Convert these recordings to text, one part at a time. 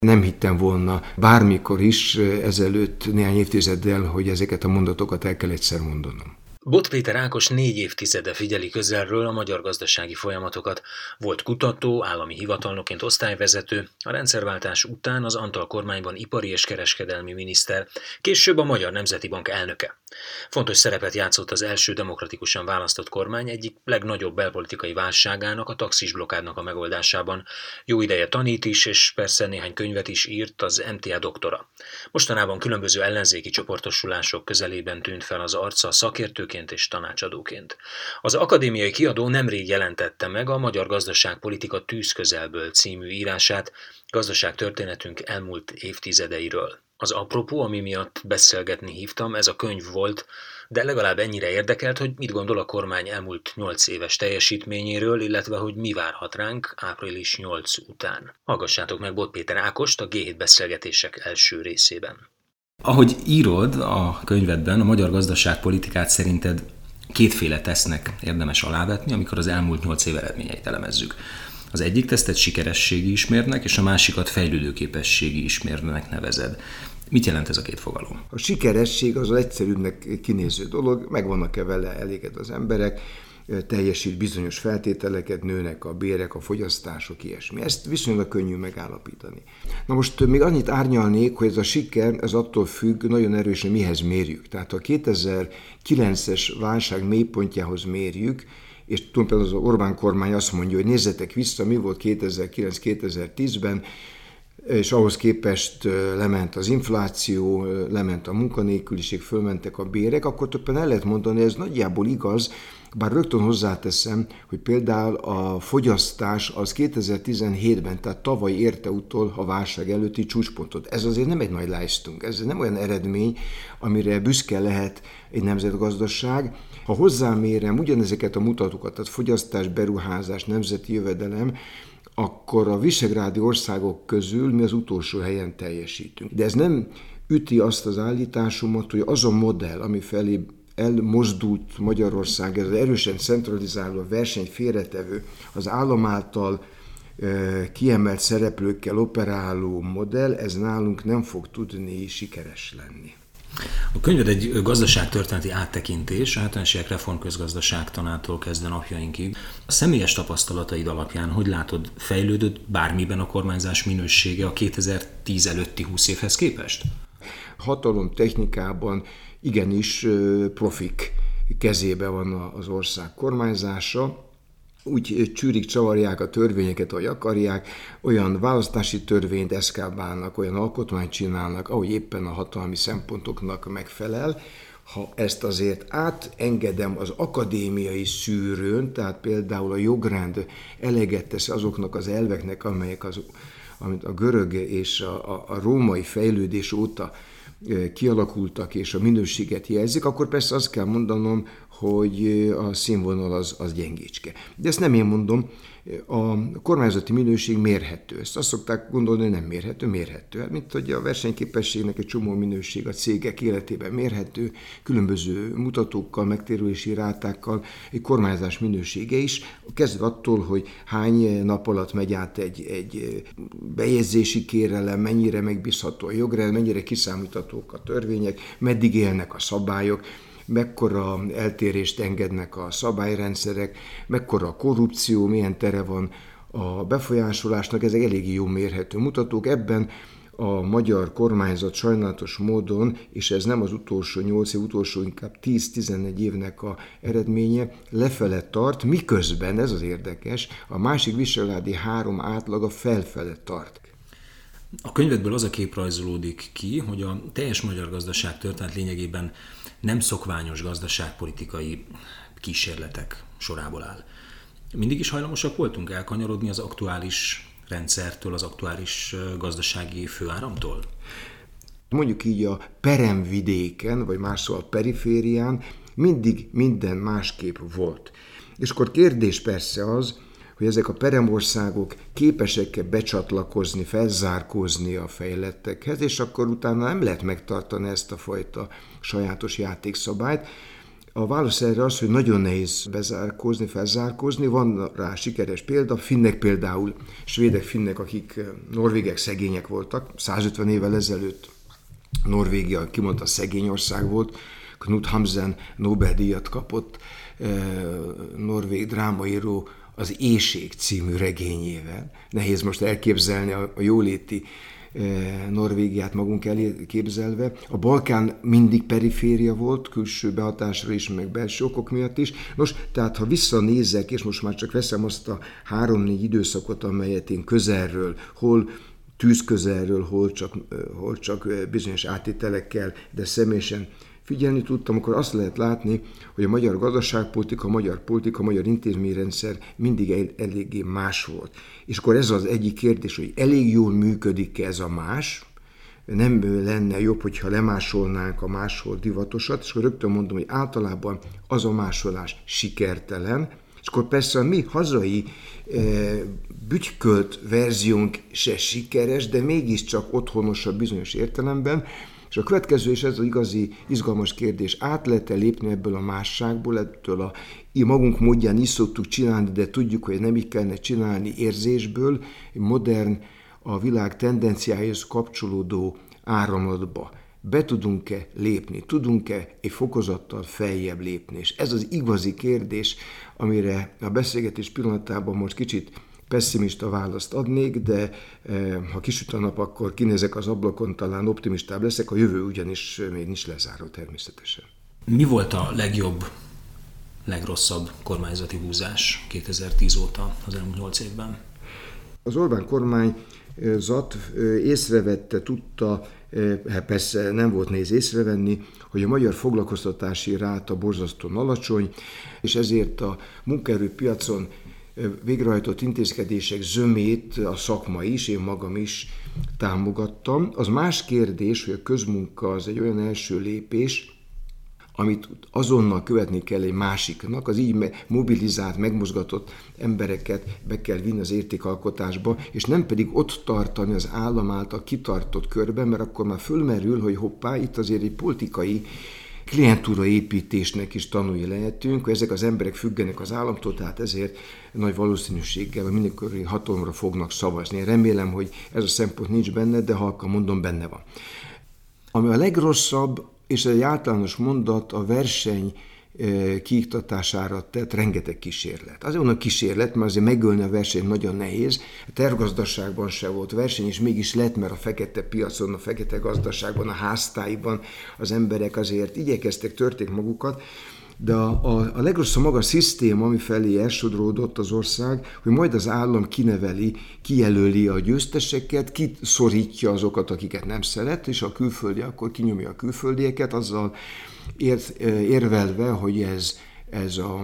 Nem hittem volna bármikor is ezelőtt néhány évtizeddel, hogy ezeket a mondatokat el kell egyszer mondanom. Bot Péter Ákos 4 évtizede figyeli közelről a magyar gazdasági folyamatokat. Volt kutató, állami hivatalnoként osztályvezető, a rendszerváltás után az Antall kormányban ipari és kereskedelmi miniszter, később a Magyar Nemzeti Bank elnöke. Fontos szerepet játszott az első demokratikusan választott kormány egyik legnagyobb belpolitikai válságának, a taxisblokkádnak a megoldásában. Jó ideje tanít is, és persze néhány könyvet is írt, az MTA doktora. Mostanában különböző ellenzéki csoportosulások közelében tűnt fel az arca szakértőként és tanácsadóként. Az akadémiai kiadó nemrég jelentette meg a Magyar gazdaságpolitika tűzközelből című írását, gazdaságtörténetünk elmúlt évtizedeiről. Az apropó, ami miatt beszélgetni hívtam, ez a könyv volt, de legalább ennyire érdekelt, hogy mit gondol a kormány elmúlt 8 éves teljesítményéről, illetve hogy mi várhat ránk április 8 után. Hallgassátok meg Bot Péter Ákost a G7 beszélgetések első részében. Ahogy írod a könyvedben, a magyar gazdaságpolitikát szerinted kétféle tesznek érdemes alávetni, amikor az elmúlt 8 év eredményeit elemezzük. Az egyik tesztet sikerességi ismérvnek, és a másikat fejlődőképességi ismérvnek nevezed. Mit jelent ez a két fogalom? A sikeresség az egyszerűbbnek kinéző dolog, meg vannak-e vele elégedve az emberek, teljesít bizonyos feltételeket, nőnek a bérek, a fogyasztások, ilyesmi. Ezt viszonylag könnyű megállapítani. Na most még annyit árnyalnék, hogy ez a siker, ez attól függ nagyon erősen, mihez mérjük. Tehát ha 2009-es válság mélypontjához mérjük, és tulajdonképpen az Orbán kormány azt mondja, hogy nézzetek vissza, mi volt 2009-2010-ben, és ahhoz képest lement az infláció, lement a munkanélküliség, fölmentek a bérek, akkor többen el lehet mondani, hogy ez nagyjából igaz, bár rögtön hozzáteszem, hogy például a fogyasztás az 2017-ben, tehát tavaly érte utol a válság előtti csúcspontot. Ez azért nem egy nagy leistung, ez nem olyan eredmény, amire büszke lehet egy nemzetgazdaság. Ha hozzámérem ugyanezeket a mutatókat, tehát fogyasztás, beruházás, nemzeti jövedelem, akkor a visegrádi országok közül mi az utolsó helyen teljesítünk. De ez nem üti azt az állításomat, hogy az a modell, ami felé elmozdult Magyarország, ez az erősen centralizáló, a versenyt félretevő, az állam által kiemelt szereplőkkel operáló modell, ez nálunk nem fog tudni sikeres lenni. A könyved egy gazdaságtörténeti áttekintés, általános reformközgazdaságtanától kezdve napjainkig. A személyes tapasztalataid alapján hogy látod, fejlődött bármiben a kormányzás minősége a 2010 előtti 20 évhez képest? Hatalomtechnikában igenis profik kezébe van az ország kormányzása. Úgy csűrik, csavarják a törvényeket, ahogy akarják, olyan választási törvényt eszkábálnak, olyan alkotmányt csinálnak, ahogy éppen a hatalmi szempontoknak megfelel. Ha ezt azért átengedem az akadémiai szűrőn, tehát például a jogrend eleget tesz azoknak az elveknek, amelyek amit a görög és a római fejlődés óta kialakultak és a minőséget jelzik, akkor persze azt kell mondanom, hogy a színvonal az gyengécske. De ezt nem én mondom, a kormányzati minőség mérhető. Ezt azt szokták gondolni, hogy nem mérhető. Hát, mint hogy a versenyképességnek egy csomó minőség a cégek életében mérhető, különböző mutatókkal, megtérülési rátákkal, egy kormányzás minősége is, kezdve attól, hogy hány nap alatt megy át egy bejegyzési kérelem, mennyire megbízható a jogrend, mennyire kiszámíthatók a törvények, meddig élnek a szabályok, mekkora eltérést engednek a szabályrendszerek, mekkora a korrupció, milyen tere van a befolyásolásnak, ezek eléggé jó mérhető mutatók. Ebben a magyar kormányzat sajnálatos módon, és ez nem az utolsó 8 év, utolsó inkább 10-11 évnek a eredménye, lefele tart, miközben, ez az érdekes, a másik visegrádi 3 átlaga felfele tart. A könyvedből az a kép rajzolódik ki, hogy a teljes magyar gazdaság történet lényegében nem szokványos gazdaságpolitikai kísérletek sorából áll. Mindig is hajlamosak voltunk elkanyarodni az aktuális rendszertől, az aktuális gazdasági főáramtól? Mondjuk így a peremvidéken, vagy más szóval periférián mindig minden másképp volt. És akkor kérdés persze az, hogy ezek a peremországok képesek-e becsatlakozni, felzárkózni a fejlettekhez, és akkor utána nem lehet megtartani ezt a fajta sajátos játékszabályt. A válasz erre az, hogy nagyon nehéz bezárkózni, felzárkózni. Van rá sikeres példa, finnek például, svédek, finnek, akik norvégek, szegények voltak. 150 évvel ezelőtt Norvégia kimondta szegény ország volt. Knut Hamsun Nobel-díjat kapott, norvég drámaíró az Éhség című regényével. Nehéz most elképzelni a jóléti Norvégiát magunk elé képzelve. A Balkán mindig periféria volt, külső behatásra is, meg belső okok miatt is. Nos, tehát ha visszanézek, és most már csak veszem azt a 3-4 időszakot, amelyet én közelről, hol tűzközelről, hol csak bizonyos áttételekkel, de személyesen figyelni tudtam, akkor azt lehet látni, hogy a magyar gazdaságpolitika, a magyar intézményrendszer mindig eléggé más volt. És akkor ez az egyik kérdés, hogy elég jól működik ez a más, nem lenne jobb, hogyha lemásolnánk a máshol divatosat, és akkor rögtön mondom, hogy általában az a másolás sikertelen, és akkor persze a mi hazai bütykölt verziónk se sikeres, de mégiscsak otthonosabb bizonyos értelemben. És a következő, és ez az igazi izgalmas kérdés, át lehet-e lépni ebből a másságból, ettől a magunk módján is szoktuk csinálni, de tudjuk, hogy nem így kellene csinálni érzésből, modern, a világ tendenciájához kapcsolódó áramlatba. Be tudunk-e lépni, tudunk-e egy fokozattal feljebb lépni? És ez az igazi kérdés, amire a beszélgetés pillanatában most kicsit pessimista választ adnék, de ha kisüt a nap, akkor kinézek az ablakon, talán optimistább leszek, a jövő ugyanis még nincs lezáró természetesen. Mi volt a legjobb, legrosszabb kormányzati húzás 2010 óta az elmúlt 8 évben? Az Orbán kormányzat észrevette, tudta, persze nem volt nehéz észrevenni, hogy a magyar foglalkoztatási ráta borzasztóan alacsony, és ezért a munkaerőpiacon végrehajtott intézkedések zömét a szakma is, én magam is támogattam. Az más kérdés, hogy a közmunka az egy olyan első lépés, amit azonnal követni kell egy másiknak, az így mobilizált, megmozgatott embereket be kell vinni az értékalkotásba, és nem pedig ott tartani az állam által kitartott körben, mert akkor már fölmerül, hogy hoppá, itt azért egy politikai klientúra építésnek is tanulni lehetünk, hogy ezek az emberek függenek az államtól, tehát ezért nagy valószínűséggel a mindenkori hatalomra fognak szavazni. Én remélem, hogy ez a szempont nincs benne, de halkan mondom, benne van. Ami a legrosszabb, és ez egy általános mondat, a verseny kiiktatására tett rengeteg kísérlet. Azért mondom kísérlet, mert azért megölni a versenyt nagyon nehéz. A tervgazdaságban se volt verseny, és mégis lett, mert a fekete piacon, a fekete gazdaságban, a háztáiban az emberek azért igyekeztek, törték magukat, de a legrosszabb maga a szisztéma, ami felé elsodródott az ország, hogy majd az állam kineveli, kijelöli a győzteseket, kiszorítja azokat, akiket nem szeret, és a külföldi akkor kinyomja a külföldieket, azzal érvelve, hogy ez a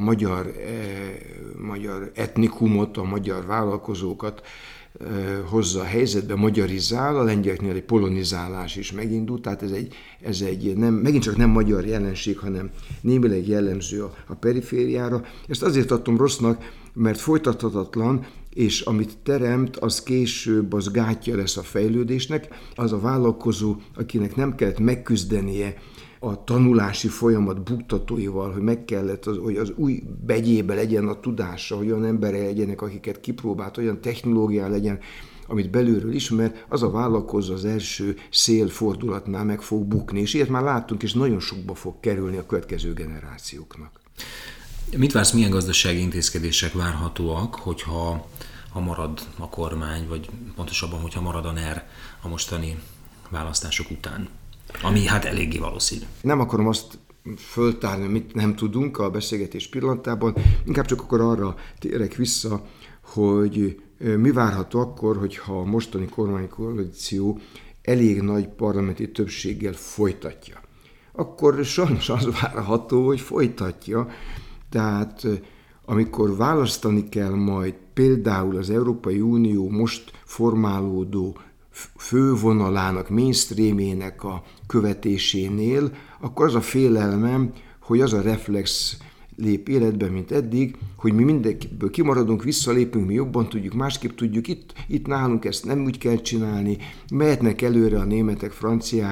magyar etnikumot, a magyar vállalkozókat hozza a helyzetbe, magyarizál, a lengyeleknél egy polonizálás is megindult, tehát ez egy nem, megint csak nem magyar jelenség, hanem némileg jellemző a perifériára. Ezt azért adtam rossznak, mert folytathatatlan, és amit teremt, az később az gátja lesz a fejlődésnek. Az a vállalkozó, akinek nem kellett megküzdenie a tanulási folyamat buktatóival, hogy meg kellett, hogy az új begyébe legyen a tudása, hogy olyan emberek legyenek, akiket kipróbált, olyan technológia legyen, amit belülről ismer, az a vállalkozó az első szélfordulatnál meg fog bukni, és ilyet már láttunk, és nagyon sokba fog kerülni a következő generációknak. Mit vársz, milyen gazdasági intézkedések várhatóak, hogyha marad a kormány, vagy pontosabban, hogyha marad a NER a mostani választások után? Ami hát eléggé valószínű. Nem akarom azt föltárni, amit nem tudunk a beszélgetés pillanatában, inkább csak akkor arra térek vissza, hogy mi várható akkor, hogyha a mostani kormánykoalíció elég nagy parlamenti többséggel folytatja. Akkor sajnos az várható, hogy folytatja, tehát amikor választani kell majd például az Európai Unió most formálódó fővonalának, mainstreamének a követésénél, akkor az a félelmem, hogy az a reflex lép életbe, mint eddig, hogy mi mindenkiből kimaradunk, visszalépünk, mi jobban tudjuk, másképp tudjuk, itt nálunk ezt nem úgy kell csinálni, mehetnek előre a németek, franciák,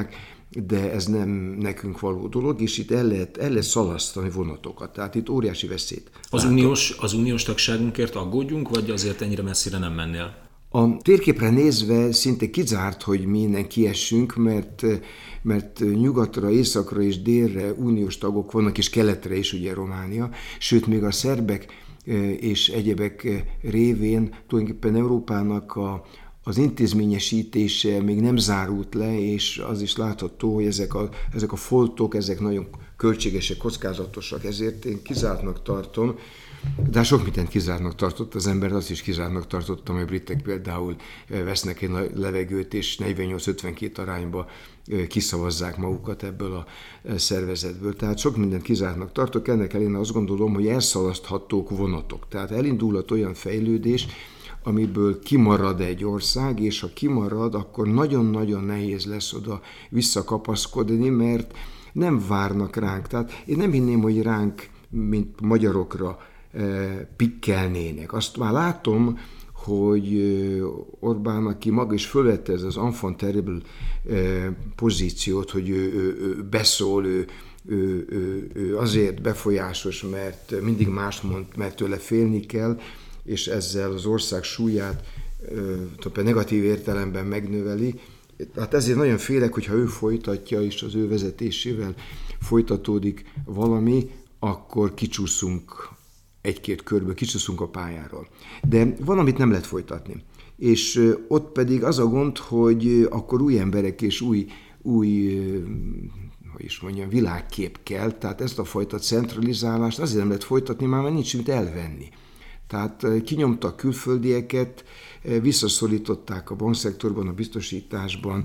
de ez nem nekünk való dolog, és itt el lehet szalasztani vonatokat. Tehát itt óriási veszélyt. Az uniós tagságunkért aggódjunk, vagy azért ennyire messzire nem mennél? A térképre nézve szinte kizárt, hogy mi innen kiessünk, mert nyugatra, északra és délre uniós tagok vannak, és keletre is, ugye Románia, sőt még a szerbek és egyebek révén tulajdonképpen Európának az intézményesítése még nem zárult le, és az is látható, hogy ezek a foltok, ezek nagyon költségesek, kockázatosak, ezért én kizártnak tartom, de sok mindent kizártnak tartott az ember, azt is kizártnak tartottam, hogy a britek például vesznek egy levegőt, és 48-52 arányba kiszavazzák magukat ebből a szervezetből. Tehát sok mindent kizártnak tartok, ennek ellenére azt gondolom, hogy elszalaszthatók vonatok. Tehát elindulhat olyan fejlődés, amiből kimarad egy ország, és ha kimarad, akkor nagyon-nagyon nehéz lesz oda visszakapaszkodni, mert nem várnak ránk. Tehát én nem hinném, hogy ránk, mint magyarokra pikkelnének. Azt már látom, hogy Orbán, aki maga is fölvette ez az enfant terrible pozíciót, hogy ő beszól, ő azért befolyásos, mert mindig más mond, mert tőle félni kell, és ezzel az ország súlyát negatív értelemben megnöveli. Hát ezért nagyon félek, hogyha ő folytatja, és az ő vezetésével folytatódik valami, akkor kicsúszunk egy-két körből, kicsúszunk a pályáról. De van, amit nem lehet folytatni. És ott pedig az a gond, hogy akkor új emberek és új világkép kell, tehát ezt a fajta centralizálást azért nem lehet folytatni, már nincs mit elvenni. Tehát kinyomtak külföldieket, visszaszorították a bankszektorban, a biztosításban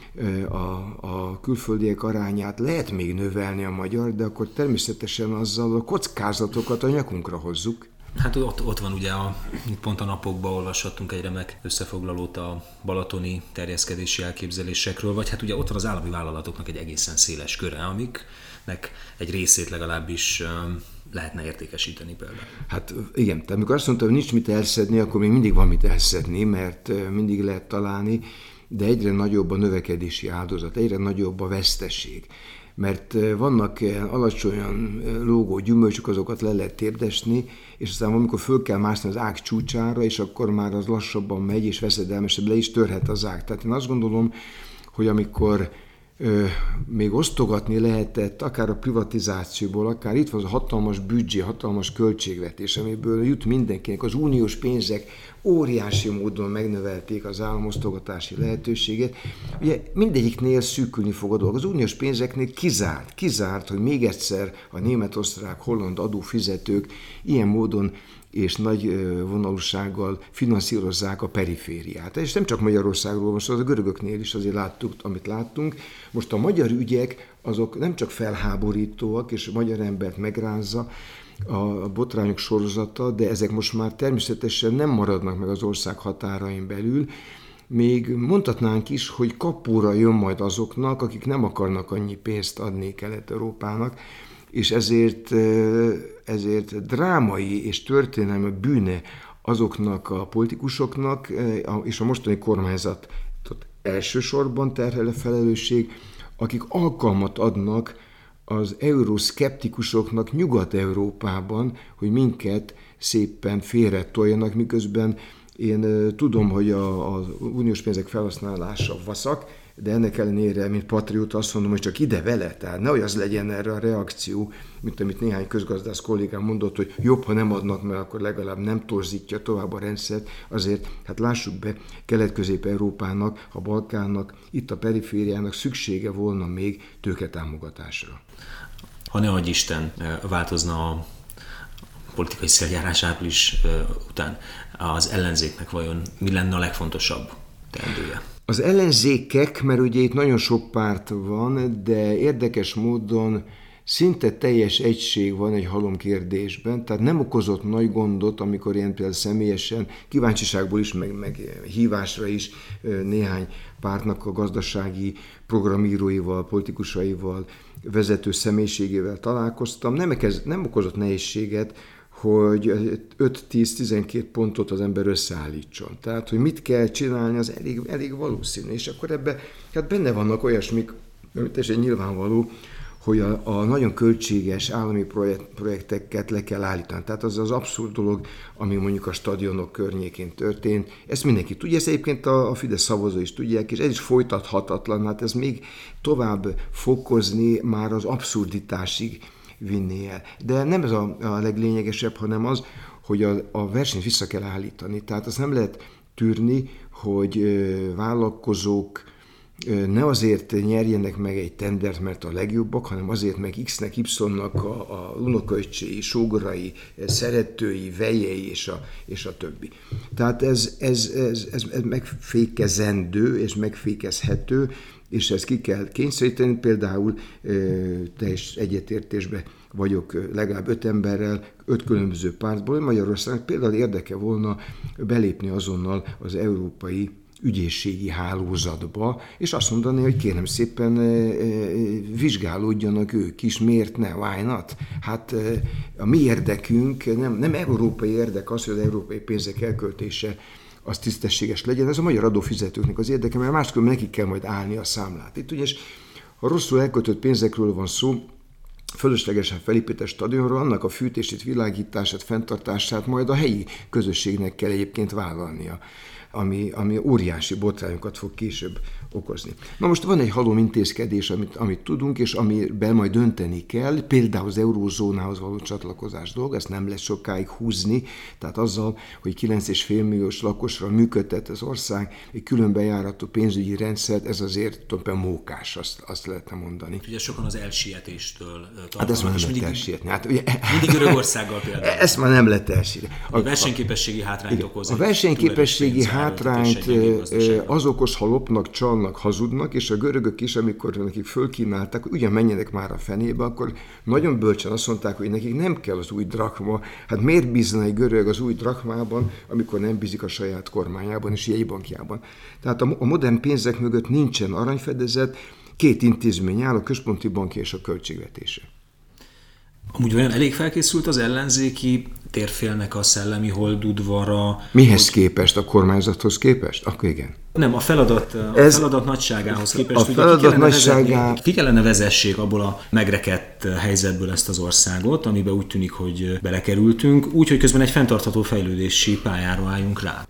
a külföldiek arányát. Lehet még növelni a magyar, de akkor természetesen azzal a kockázatokat a nyakunkra hozzuk. Hát ott van ugye, pont a napokban olvashattunk egy remek összefoglalót a balatoni terjeszkedési elképzelésekről, vagy hát ugye ott van az állami vállalatoknak egy egészen széles köre, amiknek egy részét legalábbis lehetne értékesíteni például. Hát igen, tehát amikor azt mondtam, hogy nincs mit elszedni, akkor még mindig van mit elszedni, mert mindig lehet találni, de egyre nagyobb a növekedési áldozat, egyre nagyobb a veszteség. Mert vannak alacsonyan lógó gyümölcsök, azokat le lehet térdesni, és aztán amikor föl kell mászni az ág csúcsára, és akkor már az lassabban megy, és veszedelmesebb, le is törhet az ág. Tehát én azt gondolom, hogy amikor még osztogatni lehetett, akár a privatizációból, akár itt van az a hatalmas büdzsé, hatalmas költségvetés, amiből jut mindenkinek. Az uniós pénzek óriási módon megnövelték az államosztogatási lehetőséget. Ugye mindegyiknél szűkülni fog a dolog. Az uniós pénzeknél kizárt, hogy még egyszer a német, osztrák, holland adófizetők ilyen módon és nagy vonalúsággal finanszírozzák a perifériát. És nem csak Magyarországról van szó, az a görögöknél is azért láttuk, amit láttunk. Most a magyar ügyek azok nem csak felháborítóak, és a magyar embert megrázza a botrányok sorozata, de ezek most már természetesen nem maradnak meg az ország határain belül. Még mondhatnánk is, hogy kapóra jön majd azoknak, akik nem akarnak annyi pénzt adni Kelet-Európának, és ezért drámai és történelmi bűne azoknak a politikusoknak, és a mostani kormányzatot elsősorban terhel a felelősség, akik alkalmat adnak az euroszkeptikusoknak Nyugat-Európában, hogy minket szépen félretoljanak, miközben én tudom, hogy az uniós pénzek felhasználása vaszak, de ennek ellenére, mint patrióta azt mondom, hogy csak ide vele, tehát nehogy az legyen erre a reakció, mint amit néhány közgazdász kollégám mondott, hogy jobb, ha nem adnak, mert akkor legalább nem torzítja tovább a rendszert. Azért, hát lássuk be, Kelet-Közép-Európának, a Balkánnak, itt a perifériának szüksége volna még tőketámogatásra. Ha ne adj Isten, változna a politikai széljárás április után, az ellenzéknek vajon mi lenne a legfontosabb teendője? Az ellenzékek, mert ugye itt nagyon sok párt van, de érdekes módon szinte teljes egység van egy halomkérdésben, tehát nem okozott nagy gondot, amikor én például személyesen, kíváncsiságból is, meg hívásra is néhány pártnak a gazdasági programíróival, politikusaival, vezető személyiségével találkoztam. Nem okozott nehézséget, hogy 5-10-12 pontot az ember összeállítson. Tehát, hogy mit kell csinálni, az elég valószínű. És akkor ebben hát benne vannak olyasmik, Teljesen nyilvánvaló, hogy a nagyon költséges állami projekteket le kell állítani. Tehát az abszurd dolog, ami mondjuk a stadionok környékén történt. Ezt mindenki tudja, ezt egyébként a Fidesz szavazó is tudják, és ez is folytathatatlan. Hát ez még tovább fokozni, már az abszurditásig vinni el. De nem ez a leglényegesebb, hanem az, hogy a versenyt vissza kell állítani. Tehát azt nem lehet tűrni, hogy vállalkozók ne azért nyerjenek meg egy tendert, mert a legjobbak, hanem azért meg X-nek, Y-nak a unokaöccsei, sógorai, szeretői, vejei és a többi. Tehát ez megfékezendő és megfékezhető, és ezt ki kell kényszeríteni. Például teljes egyetértésben vagyok legalább 5 emberrel, 5 különböző pártból. Magyarországnak például érdeke volna belépni azonnal az európai ügyészségi hálózatba, és azt mondani, hogy kérem szépen vizsgálódjanak ők is, miért ne, why not? Hát a mi érdekünk, nem európai érdek az, hogy az európai pénzek elköltése az tisztességes legyen, ez a magyar adófizetőknek az érdeke, mert máskülönben nekik kell majd állni a számlát. Itt ugyanis, ha rosszul elköltött pénzekről van szó, fölöslegesen felépített stadionról, annak a fűtését, világítását, fenntartását majd a helyi közösségnek kell egyébként vállalnia, ami óriási botrányokat fog később okozni. Na most van egy halom intézkedés, amit tudunk, és amiben majd dönteni kell, például az eurózónához való csatlakozás dolga, ezt nem lesz sokáig húzni, tehát azzal, hogy 9,5 milliós lakosra működtet az ország egy külön bejáratú pénzügyi rendszert, ez azért tulajdonképpen mókás, azt lehetne mondani. Ugye sokan az elsietéstől tartanak. Hát ezt már nem lehet elsietni. Mindig Görögországgal például. Ezt már nem lehet elsietni. A versenyképességi hátrányt okoz. A versenyképességi hátrányt az okoz, ha lopnak, csalnak, hazudnak, és a görögök is, amikor nekik fölkínálták, hogy ugyan menjenek már a fenébe, akkor nagyon bölcsen azt mondták, hogy nekik nem kell az új drachma. Hát miért bízna egy görög az új drachmában, amikor nem bízik a saját kormányában és jegybankjában? Tehát a modern pénzek mögött nincsen aranyfedezet, 2 intézmény áll, a központi bankja és a költségvetése. Amúgy olyan elég felkészült az ellenzéki térfélnek a szellemi holdudvara. Mihez képest? A kormányzathoz képest? Akkor igen. Nem, a feladat nagyságához képest. A feladat nagyságá... Ki kellene vezessék abból a megrekedt helyzetből ezt az országot, amiben úgy tűnik, hogy belekerültünk, úgyhogy közben egy fenntartható fejlődési pályára álljunk rá.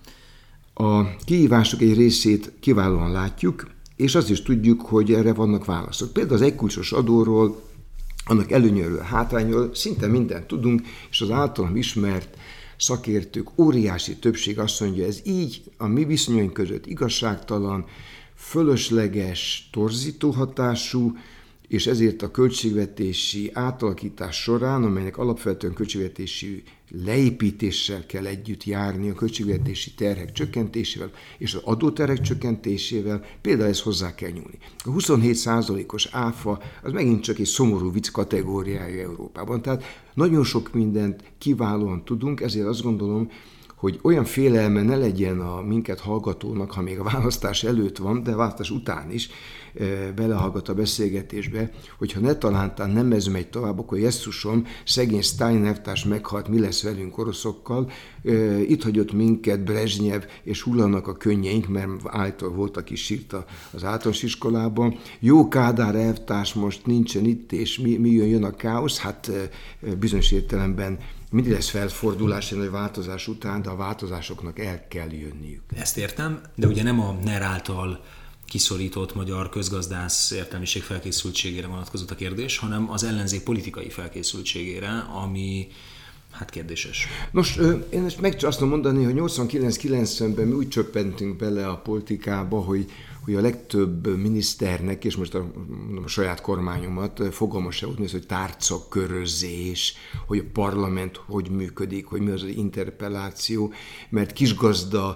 A kihívások egy részét kiválóan látjuk, és azt is tudjuk, hogy erre vannak válaszok. Például az egykulcsos adóról, annak előnyöről, hátrányról szinte mindent tudunk, és az általam ismert szakértők óriási többség azt mondja, ez így a mi viszonyaink között igazságtalan, fölösleges, torzító hatású, és ezért a költségvetési átalakítás során, amelynek alapvetően költségvetési leépítéssel kell együtt járni, a költségvetési terhek csökkentésével és az adóterhek csökkentésével, például ezt hozzá kell nyúlni. A 27%-os áfa az megint csak egy szomorú vicc kategóriája Európában. Tehát nagyon sok mindent kiválóan tudunk, ezért azt gondolom, hogy olyan félelme ne legyen a minket hallgatónak, ha még a választás előtt van, de a választás után is belehallgat a beszélgetésbe, hogyha netalántán nem ez megy tovább, akkor jesszusom, szegény Sztálin elvtárs meghalt, mi lesz velünk oroszokkal, itt hagyott minket Brezsnyev, és hullanak a könnyeink, mert állítólag volt, aki sírt az általános iskolában. Jó Kádár elvtárs most nincsen itt, és mi jön a káosz? Hát bizonyos értelemben mindig lesz felfordulás egy változás után, de a változásoknak el kell jönniük. Ezt értem, de ugye nem a NER által kiszorított magyar közgazdász értelmiség felkészültségére vonatkozott a kérdés, hanem az ellenzék politikai felkészültségére, ami hát kérdéses. Nos, én ezt meg azt mondani, hogy 89-90-ben mi úgy csöppentünk bele a politikába, hogy a legtöbb miniszternek, és most a saját kormányomat fogalma se úgy néz, hogy tárcakörözés, hogy a parlament hogy működik, hogy mi az az interpelláció, mert kisgazda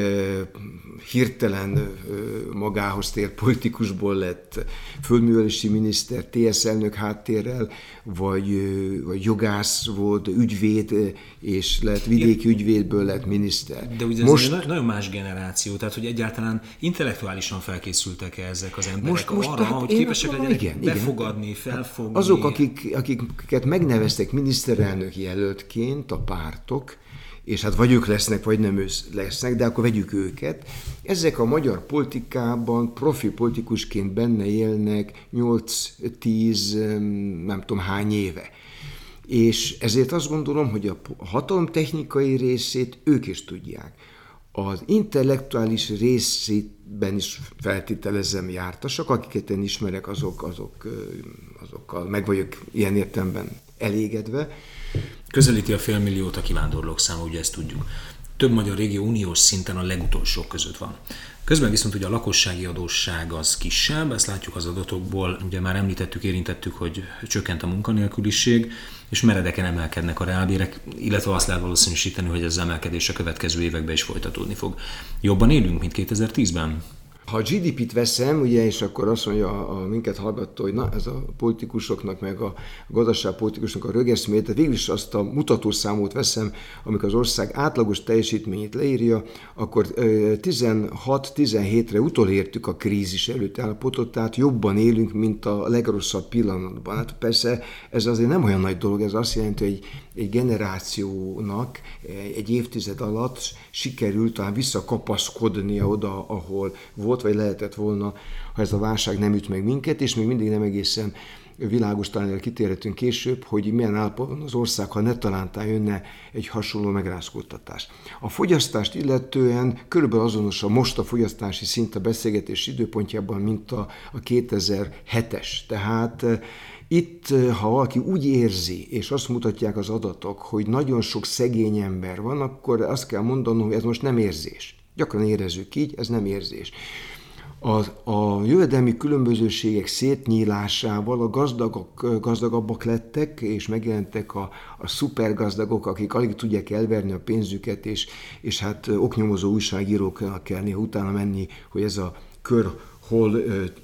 hirtelen magához tér politikusból lett földművelési miniszter, TSZ elnök háttérrel, vagy jogász volt, ügyvéd, és lett vidéki ügyvédből lett miniszter. De ugye most ez nagyon más generáció, tehát hogy egyáltalán intellektuálisan felkészültek ezek az emberek arra, hogy képesek legyenek befogadni, felfogni. Azok, akiket megneveztek miniszterelnök jelöltként a pártok, és hát vagy ők lesznek, vagy nem lesznek, de akkor vegyük őket. Ezek a magyar politikában profi politikusként benne élnek 8-10, nem tudom hány éve. És ezért azt gondolom, hogy a hatalomtechnikai részét ők is tudják. Az intellektuális részében is feltételezem jártasak, akiket én ismerek, azokkal meg vagyok ilyen értelemben elégedve. Közelíti a 500 000 a kivándorlók száma, ugye ezt tudjuk. Több magyar régió uniós szinten a legutolsók között van. Közben viszont ugye a lakossági adósság az kisebb, ezt látjuk az adatokból, ugye már érintettük, hogy csökkent a munkanélküliség, és meredeken emelkednek a reálbérek, illetve azt lehet valószínűsíteni, hogy ez az emelkedés a következő években is folytatódni fog. Jobban élünk, mint 2010-ben? Ha a GDP-t veszem, ugye, és akkor azt mondja a minket hallgató, hogy na, ez a politikusoknak, meg a gazdaságpolitikusoknak a rögeszmét, tehát végül is azt a mutatószámot veszem, amikor az ország átlagos teljesítményét leírja, akkor 16-17-re utolértük a krízis előtti állapotot, tehát jobban élünk, mint a legrosszabb pillanatban. Hát persze ez azért nem olyan nagy dolog, ez azt jelenti, hogy egy generációnak egy évtized alatt sikerült talán visszakapaszkodnia oda, ahol volt, vagy lehetett volna, ha ez a válság nem üt meg minket, és még mindig nem egészen világos, talán erre kitérhetünk később, hogy milyen állapotban az ország, ha netalántán jönne egy hasonló megrázkódtatás. A fogyasztást illetően körülbelül azonos most a fogyasztási szint a beszélgetés időpontjában, mint a 2007-es. Tehát itt, ha valaki úgy érzi, és azt mutatják az adatok, hogy nagyon sok szegény ember van, akkor azt kell mondanom, hogy ez most nem érzés. Gyakran érezzük így, ez nem érzés. A jövedelmi különbözőségek szétnyílásával a gazdagok gazdagabbak lettek, és megjelentek a szupergazdagok, akik alig tudják elverni a pénzüket, és hát oknyomozó újságíróknak kell néha utána menni, hogy ez a kör hol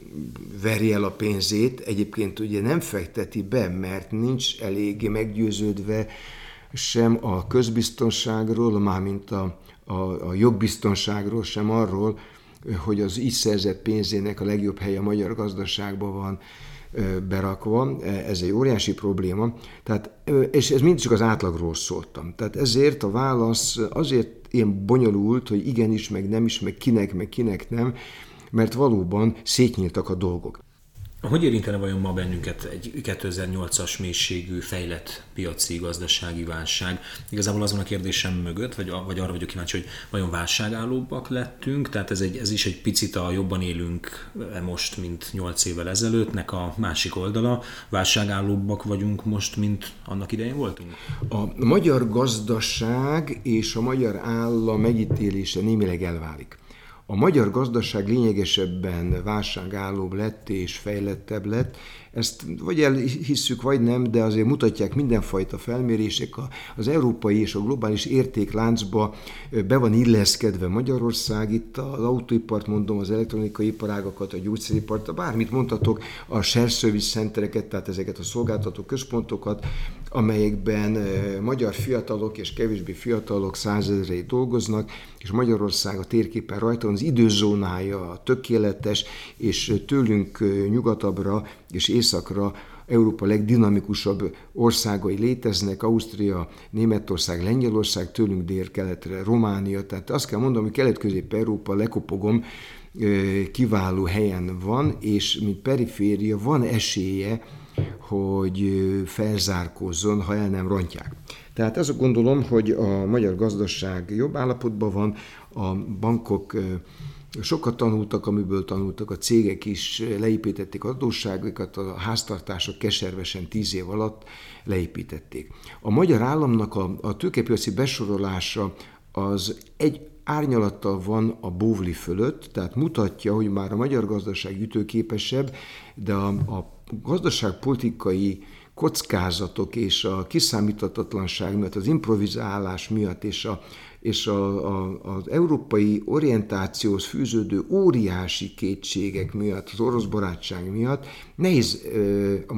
veri el a pénzét. Egyébként ugye nem fekteti be, mert nincs eléggé meggyőződve sem a közbiztonságról, mármint a jogbiztonságról, sem arról, hogy az így szerzett pénzének a legjobb helye a magyar gazdaságban van berakva. Ez egy óriási probléma. Tehát, és ez mindig csak az átlagról szóltam. Tehát ezért a válasz azért ilyen bonyolult, hogy igenis, meg nem is, meg kinek nem, mert valóban szétnyíltak a dolgok. Hogy érintene vajon ma bennünket egy 2008-as mélységű, fejlett piaci gazdasági válság? Igazából azon a kérdésem mögött, vagy arra vagyok kíváncsi, hogy vajon válságállóbbak lettünk, tehát ez is egy picit a jobban élünk most, mint 8 évvel ezelőttnek a másik oldala. Válságállóbbak vagyunk most, mint annak idején voltunk? A magyar gazdaság és a magyar állam megítélése némileg elválik. A magyar gazdaság lényegesebben válságállóbb lett és fejlettebb lett. Ezt vagy elhisszük, vagy nem, de azért mutatják mindenfajta felmérések. Az európai és a globális értékláncba be van illeszkedve Magyarország. Itt az autóipart mondom, az elektronikai iparágakat, a gyógyszeripart, bármit mondhatok, a share service centereket, tehát ezeket a szolgáltató központokat, amelyekben magyar fiatalok és kevésbé fiatalok 100 000 dolgoznak, és Magyarország a térképen rajta van, az időzónája tökéletes, és tőlünk nyugatabbra és északra Európa legdinamikusabb országai léteznek, Ausztria, Németország, Lengyelország, tőlünk délkeletre, Románia, tehát azt kell mondanom, hogy Kelet-Közép-Európa, lekopogom, kiváló helyen van, és mint periféria van esélye, hogy felzárkózzon, ha el nem rontják. Tehát azt gondolom, hogy a magyar gazdaság jobb állapotban van, a bankok sokat tanultak, amiből tanultak, a cégek is leépítették adósságokat, a háztartások keservesen 10 év alatt leépítették. A magyar államnak a tőkepiaci besorolása az egy árnyalattal van a bóvli fölött, tehát mutatja, hogy már a magyar gazdaság ütőképesebb, de a gazdaságpolitikai kockázatok és a kiszámíthatatlanság miatt, az improvizálás miatt és az európai orientációhoz fűződő óriási kétségek miatt, az orosz barátság miatt nehéz a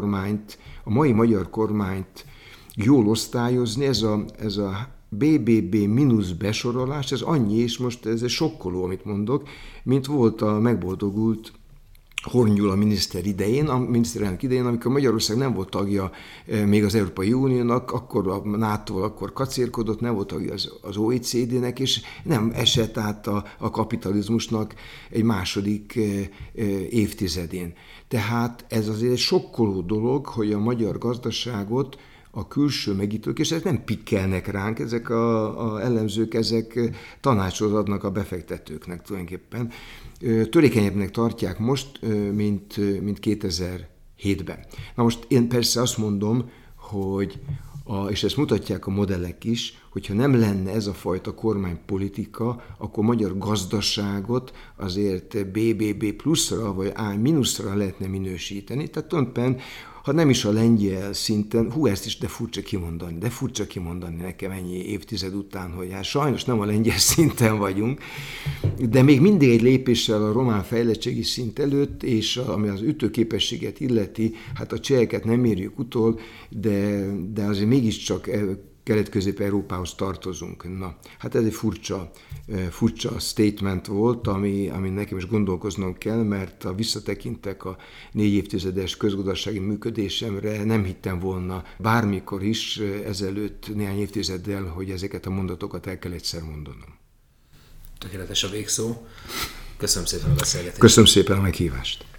mai magyar kormányt jól osztályozni. Ez a BBB mínusz besorolás, ez annyi, és most ez egy sokkoló, amit mondok, mint volt a megboldogult Horn Gyula miniszterelnök idején, amikor Magyarország nem volt tagja még az Európai Uniónak, akkor a NATO-val akkor kacérkodott, nem volt tagja az OECD-nek, és nem esett át a kapitalizmusnak egy második évtizedén. Tehát ez azért egy sokkoló dolog, hogy a magyar gazdaságot a külső megítők, és ezek nem pikkelnek ránk, ezek a ellenzők, ezek tanácsot adnak a befektetőknek tulajdonképpen. Törékenyebbnek tartják most, mint 2007-ben. Na most én persze azt mondom, hogy és ezt mutatják a modellek is, hogyha nem lenne ez a fajta kormánypolitika, akkor magyar gazdaságot azért BBB pluszra vagy A mínuszra lehetne minősíteni. Tehát tulajdonképpen, ha nem is a lengyel szinten, ezt is de furcsa kimondani nekem ennyi évtized után, hogy hát sajnos nem a lengyel szinten vagyunk, de még mindig egy lépéssel a román fejlettségi szint előtt, és ami az ütőképességet illeti, hát a cseheket nem érjük utol, de azért mégiscsak Kelet-Közép-Európához tartozunk. Na, hát ez egy furcsa statement volt, ami nekem is gondolkoznom kell, mert ha visszatekintek a 4 évtizedes közgazdasági működésemre, nem hittem volna bármikor is ezelőtt néhány évtizeddel, hogy ezeket a mondatokat el kell egyszer mondanom. Tökéletes a végszó. Köszönöm szépen a beszélgetést. Köszönöm szépen a meghívást.